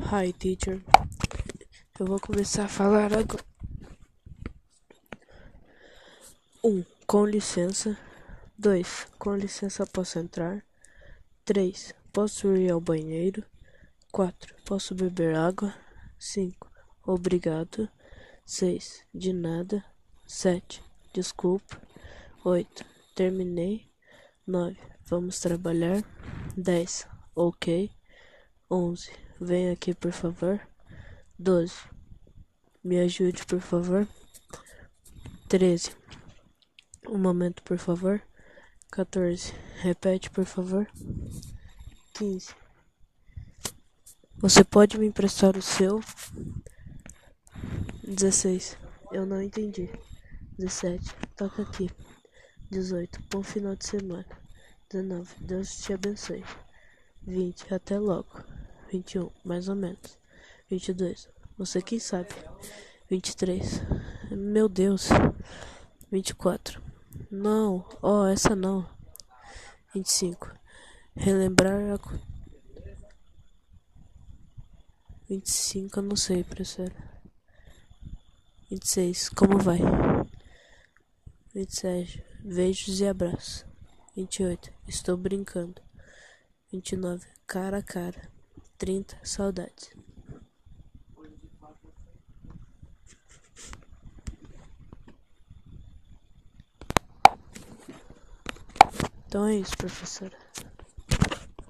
Hi, teacher. Eu vou começar a falar agora. 1. Com licença. 2. Com licença, posso entrar? 3. Posso ir ao banheiro? 4. Posso beber água? 5. Obrigado. 6. De nada. 7. Desculpa. 8. Terminei. 9. Vamos trabalhar. 10. Ok. 11. Venha aqui, por favor. 12. Me ajude, por favor. 13. Um momento, por favor. 14. Repete, por favor. 15. Você pode me emprestar o seu? 16. Eu não entendi. 17. Toca aqui. 18. Bom final de semana. 19. Deus te abençoe. 20. Até logo. 21. Mais ou menos. 22. Você quem sabe. 23. Meu Deus. 24. Não. Oh, essa não. 25. Relembrar a... 25, eu não sei, professor. 26. Como vai? 27. Beijos e abraços. 28. Estou brincando. 29. Cara a cara. 30. Saudades. Então é isso, professora.